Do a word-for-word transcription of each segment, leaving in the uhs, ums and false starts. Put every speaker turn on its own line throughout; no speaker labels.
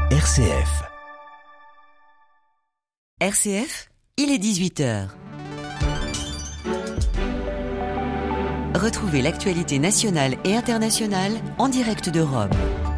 R C F.
R C F, il est dix-huit heures. Retrouvez l'actualité nationale et internationale en direct de Rome.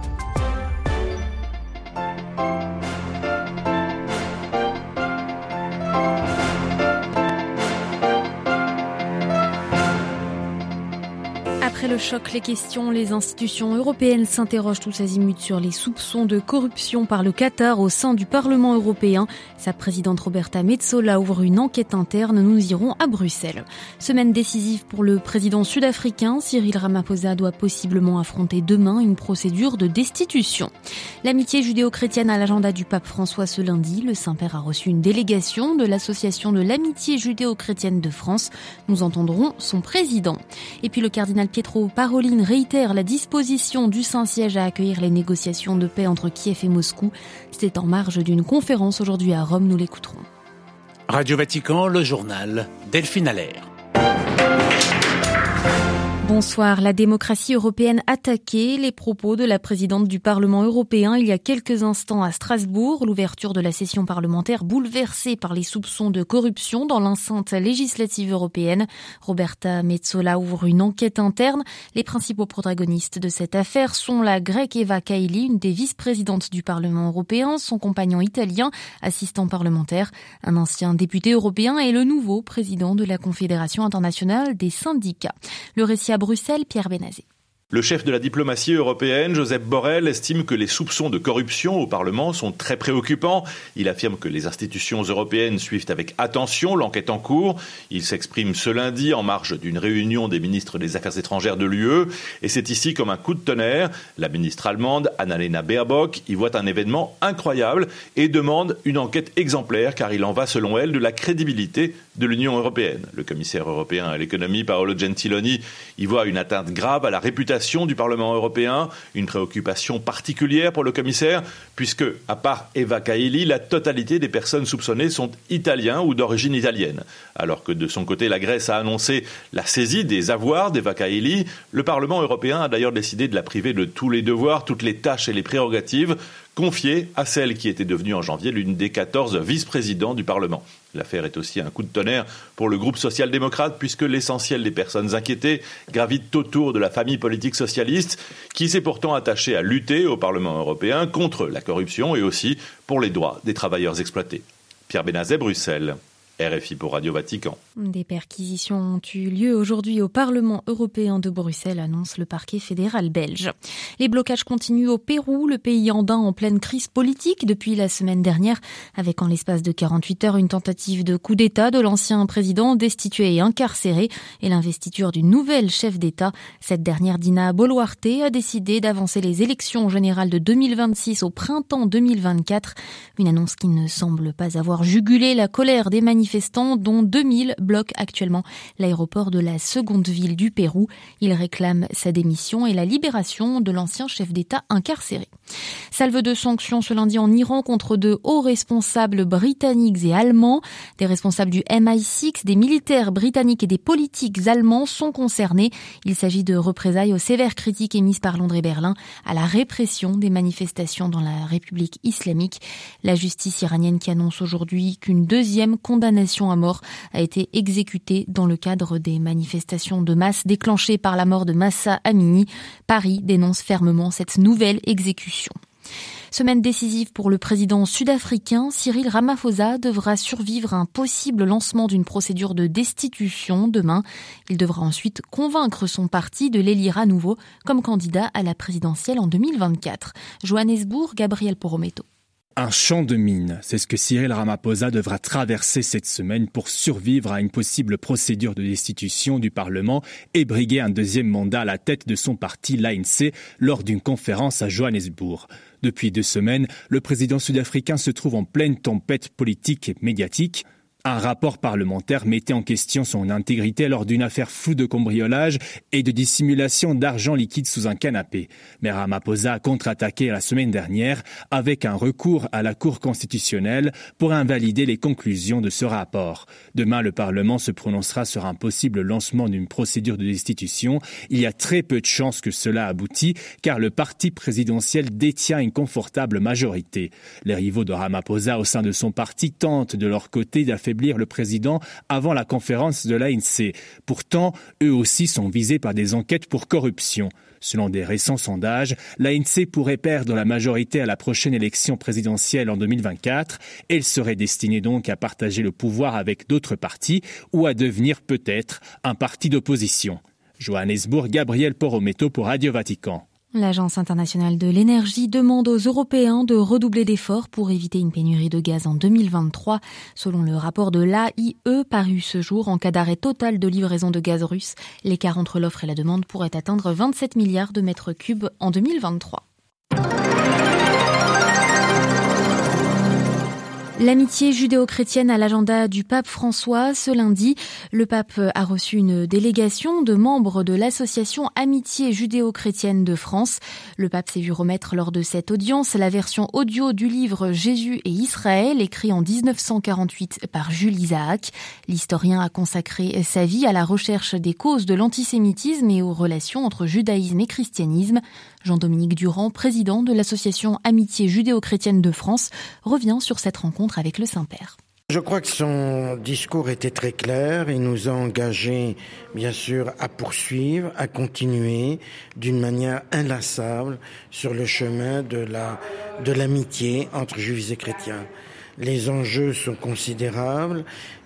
Après le choc, les questions, les institutions européennes s'interrogent tous azimuts sur les soupçons de corruption par le Qatar au sein du Parlement européen. Sa présidente Roberta Metsola ouvre une enquête interne. Nous irons à Bruxelles. Semaine décisive pour le président sud-africain. Cyril Ramaphosa doit possiblement affronter demain une procédure de destitution. L'amitié judéo-chrétienne à l'agenda du pape François ce lundi. Le Saint-Père a reçu une délégation de l'association de l'amitié judéo-chrétienne de France. Nous entendrons son président. Et puis le cardinal Pietro Parolin réitère la disposition du Saint-Siège à accueillir les négociations de paix entre Kiev et Moscou. C'était en marge d'une conférence aujourd'hui à Rome, nous l'écouterons.
Radio Vatican, le journal Delphine Allaire.
Bonsoir. La démocratie européenne attaquée, les propos de la présidente du Parlement européen il y a quelques instants à Strasbourg, l'ouverture de la session parlementaire bouleversée par les soupçons de corruption dans l'enceinte législative européenne. Roberta Metsola ouvre une enquête interne. Les principaux protagonistes de cette affaire sont la grecque Eva Kaili, une des vice-présidentes du Parlement européen, son compagnon italien, assistant parlementaire, un ancien député européen et le nouveau président de la Confédération internationale des syndicats. Le récit à Bruxelles, Pierre Benazé.
Le chef de la diplomatie européenne, Josep Borrell, estime que les soupçons de corruption au Parlement sont très préoccupants. Il affirme que les institutions européennes suivent avec attention l'enquête en cours. Il s'exprime ce lundi en marge d'une réunion des ministres des Affaires étrangères de l'U E. Et c'est ici comme un coup de tonnerre. La ministre allemande, Annalena Baerbock, y voit un événement incroyable et demande une enquête exemplaire car il en va, selon elle, de la crédibilité de l'Union européenne. Le commissaire européen à l'économie, Paolo Gentiloni, y voit une atteinte grave à la réputation du Parlement européen, une préoccupation particulière pour le commissaire, puisque, à part Eva Kaili, la totalité des personnes soupçonnées sont italiens ou d'origine italienne. Alors que de son côté, la Grèce a annoncé la saisie des avoirs d'Eva Kaili, le Parlement européen a d'ailleurs décidé de la priver de tous les devoirs, toutes les tâches et les prérogatives confiées à celle qui était devenue en janvier l'une des quatorze vice-présidents du Parlement. L'affaire est aussi un coup de tonnerre pour le groupe social-démocrate puisque l'essentiel des personnes inquiétées gravitent autour de la famille politique socialiste qui s'est pourtant attachée à lutter au Parlement européen contre la corruption et aussi pour les droits des travailleurs exploités. Pierre Benazet, Bruxelles. R F I pour Radio Vatican.
Des perquisitions ont eu lieu aujourd'hui au Parlement européen de Bruxelles, annonce le parquet fédéral belge. Les blocages continuent au Pérou, le pays andin en pleine crise politique depuis la semaine dernière, avec en l'espace de quarante-huit heures une tentative de coup d'État de l'ancien président destitué et incarcéré et l'investiture d'une nouvelle chef d'État. Cette dernière, Dina Boluarte, a décidé d'avancer les élections générales de deux mille vingt-six au printemps deux mille vingt-quatre. Une annonce qui ne semble pas avoir jugulé la colère des manifestants manifestants, dont deux mille bloquent actuellement l'aéroport de la seconde ville du Pérou. Ils réclament sa démission et la libération de l'ancien chef d'État incarcéré. Salve de sanctions ce lundi en Iran contre de hauts responsables britanniques et allemands. Des responsables du M I six, des militaires britanniques et des politiques allemands sont concernés. Il s'agit de représailles aux sévères critiques émises par Londres et Berlin à la répression des manifestations dans la République islamique. La justice iranienne qui annonce aujourd'hui qu'une deuxième condamnation à mort a été exécutée dans le cadre des manifestations de masse déclenchées par la mort de Mahsa Amini. Paris dénonce fermement cette nouvelle exécution. Semaine décisive pour le président sud-africain, Cyril Ramaphosa devra survivre à un possible lancement d'une procédure de destitution demain. Il devra ensuite convaincre son parti de l'élire à nouveau comme candidat à la présidentielle en deux mille vingt-quatre. Johannesburg, Gabriel Porometo.
Un champ de mines, c'est ce que Cyril Ramaphosa devra traverser cette semaine pour survivre à une possible procédure de destitution du Parlement et briguer un deuxième mandat à la tête de son parti, l'A N C, lors d'une conférence à Johannesburg. Depuis deux semaines, le président sud-africain se trouve en pleine tempête politique et médiatique. Un rapport parlementaire mettait en question son intégrité lors d'une affaire floue de cambriolage et de dissimulation d'argent liquide sous un canapé. Mais Ramaphosa a contre-attaqué la semaine dernière avec un recours à la Cour constitutionnelle pour invalider les conclusions de ce rapport. Demain, le Parlement se prononcera sur un possible lancement d'une procédure de destitution. Il y a très peu de chances que cela aboutisse car le parti présidentiel détient une confortable majorité. Les rivaux de Ramaphosa au sein de son parti tentent de leur côté d'affaiblir le président avant la conférence de l'A N C. Pourtant, eux aussi sont visés par des enquêtes pour corruption. Selon des récents sondages, l'A N C pourrait perdre la majorité à la prochaine élection présidentielle en deux mille vingt-quatre. Elle serait destinée donc à partager le pouvoir avec d'autres partis ou à devenir peut-être un parti d'opposition. Johannesburg, Gabriel Porometo pour Radio Vatican.
L'Agence internationale de l'énergie demande aux Européens de redoubler d'efforts pour éviter une pénurie de gaz en deux mille vingt-trois. Selon le rapport de l'A I E paru ce jour, en cas d'arrêt total de livraison de gaz russe, l'écart entre l'offre et la demande pourrait atteindre vingt-sept milliards de mètres cubes en deux mille vingt-trois. L'amitié judéo-chrétienne à l'agenda du pape François. Ce lundi, le pape a reçu une délégation de membres de l'association Amitié judéo-chrétienne de France. Le pape s'est vu remettre lors de cette audience la version audio du livre Jésus et Israël, écrit en dix-neuf cent quarante-huit par Jules Isaac. L'historien a consacré sa vie à la recherche des causes de l'antisémitisme et aux relations entre judaïsme et christianisme. Jean-Dominique Durand, président de l'association Amitié judéo-chrétienne de France, revient sur cette rencontre avec le Saint-Père.
Je crois que son discours était très clair. Il nous a engagés, bien sûr, à poursuivre, à continuer d'une manière inlassable sur le chemin de la, de l'amitié entre juifs et chrétiens. Les enjeux sont considérables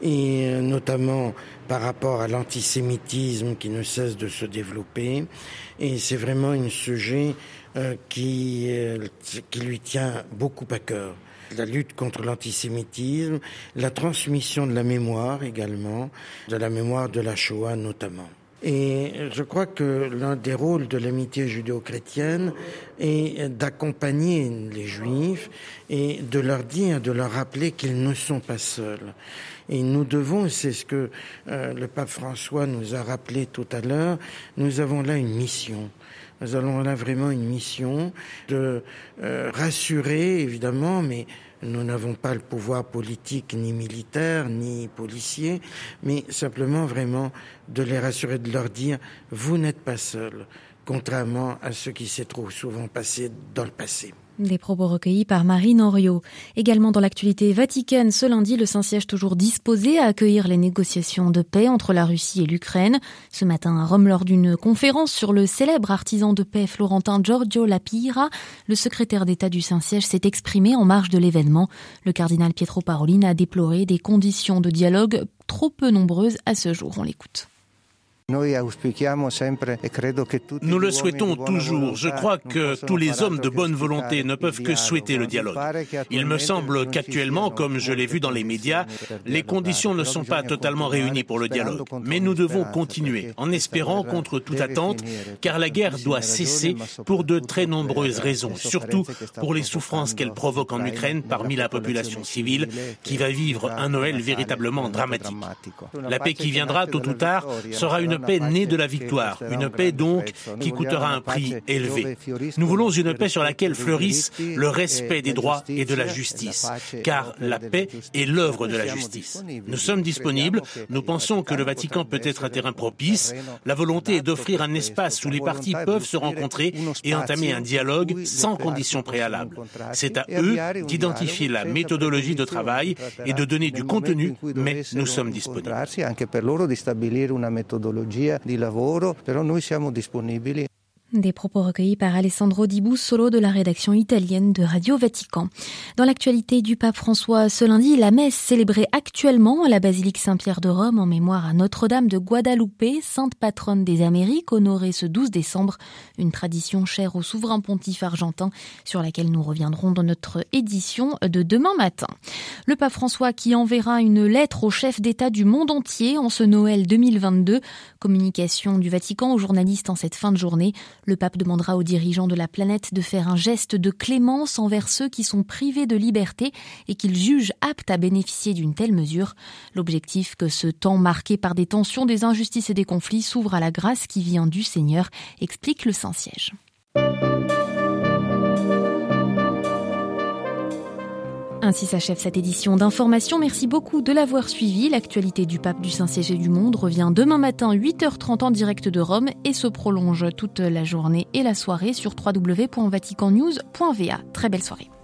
et notamment par rapport à l'antisémitisme qui ne cesse de se développer. Et c'est vraiment un sujet euh, qui, euh, qui lui tient beaucoup à cœur. La lutte contre l'antisémitisme, la transmission de la mémoire également, de la mémoire de la Shoah notamment. Et je crois que l'un des rôles de l'amitié judéo-chrétienne est d'accompagner les Juifs et de leur dire, de leur rappeler qu'ils ne sont pas seuls. Et nous devons, c'est ce que euh, le pape François nous a rappelé tout à l'heure, nous avons là une mission. Nous avons là vraiment une mission de euh, rassurer, évidemment, mais nous n'avons pas le pouvoir politique, ni militaire, ni policier, mais simplement vraiment de les rassurer, de leur dire « vous n'êtes pas seuls », contrairement à ce qui s'est trop souvent passé dans le passé.
Des propos recueillis par Marine Henriot. Également dans l'actualité Vatican, ce lundi, le Saint-Siège toujours disposé à accueillir les négociations de paix entre la Russie et l'Ukraine. Ce matin à Rome, lors d'une conférence sur le célèbre artisan de paix florentin Giorgio La Pira, le secrétaire d'État du Saint-Siège s'est exprimé en marge de l'événement. Le cardinal Pietro Parolin a déploré des conditions de dialogue trop peu nombreuses à ce jour. On l'écoute.
Nous le souhaitons toujours. Je crois que tous les hommes de bonne volonté ne peuvent que souhaiter le dialogue. Il me semble qu'actuellement, comme je l'ai vu dans les médias, les conditions ne sont pas totalement réunies pour le dialogue. Mais nous devons continuer, en espérant contre toute attente, car la guerre doit cesser pour de très nombreuses raisons, surtout pour les souffrances qu'elle provoque en Ukraine parmi la population civile, qui va vivre un Noël véritablement dramatique. La paix qui viendra tôt ou tard sera une paix née de la victoire, une paix donc qui coûtera un prix élevé. Nous voulons une paix sur laquelle fleurisse le respect des droits et de la justice, car la paix est l'œuvre de la justice. Nous sommes disponibles, nous pensons que le Vatican peut être un terrain propice, la volonté est d'offrir un espace où les parties peuvent se rencontrer et entamer un dialogue sans conditions préalables. C'est à eux d'identifier la méthodologie de travail et de donner du contenu, mais nous sommes disponibles.
Di lavoro, però noi siamo disponibili.
Des propos recueillis par Alessandro Di Bussolo de la rédaction italienne de Radio Vatican. Dans l'actualité du pape François, ce lundi, la messe célébrée actuellement à la basilique Saint-Pierre de Rome en mémoire à Notre-Dame de Guadalupe, sainte patronne des Amériques, honorée ce douze décembre. Une tradition chère au souverain pontife argentin sur laquelle nous reviendrons dans notre édition de demain matin. Le pape François qui enverra une lettre aux chefs d'État du monde entier en ce Noël deux mille vingt-deux. Communication du Vatican aux journalistes en cette fin de journée. Le pape demandera aux dirigeants de la planète de faire un geste de clémence envers ceux qui sont privés de liberté et qu'ils jugent aptes à bénéficier d'une telle mesure. L'objectif que ce temps marqué par des tensions, des injustices et des conflits s'ouvre à la grâce qui vient du Seigneur, explique le Saint-Siège. Ainsi s'achève cette édition d'Information. Merci beaucoup de l'avoir suivi. L'actualité du pape, du Saint-Siège et du monde revient demain matin huit heures trente en direct de Rome et se prolonge toute la journée et la soirée sur w w w point vatican news point v a. Très belle soirée.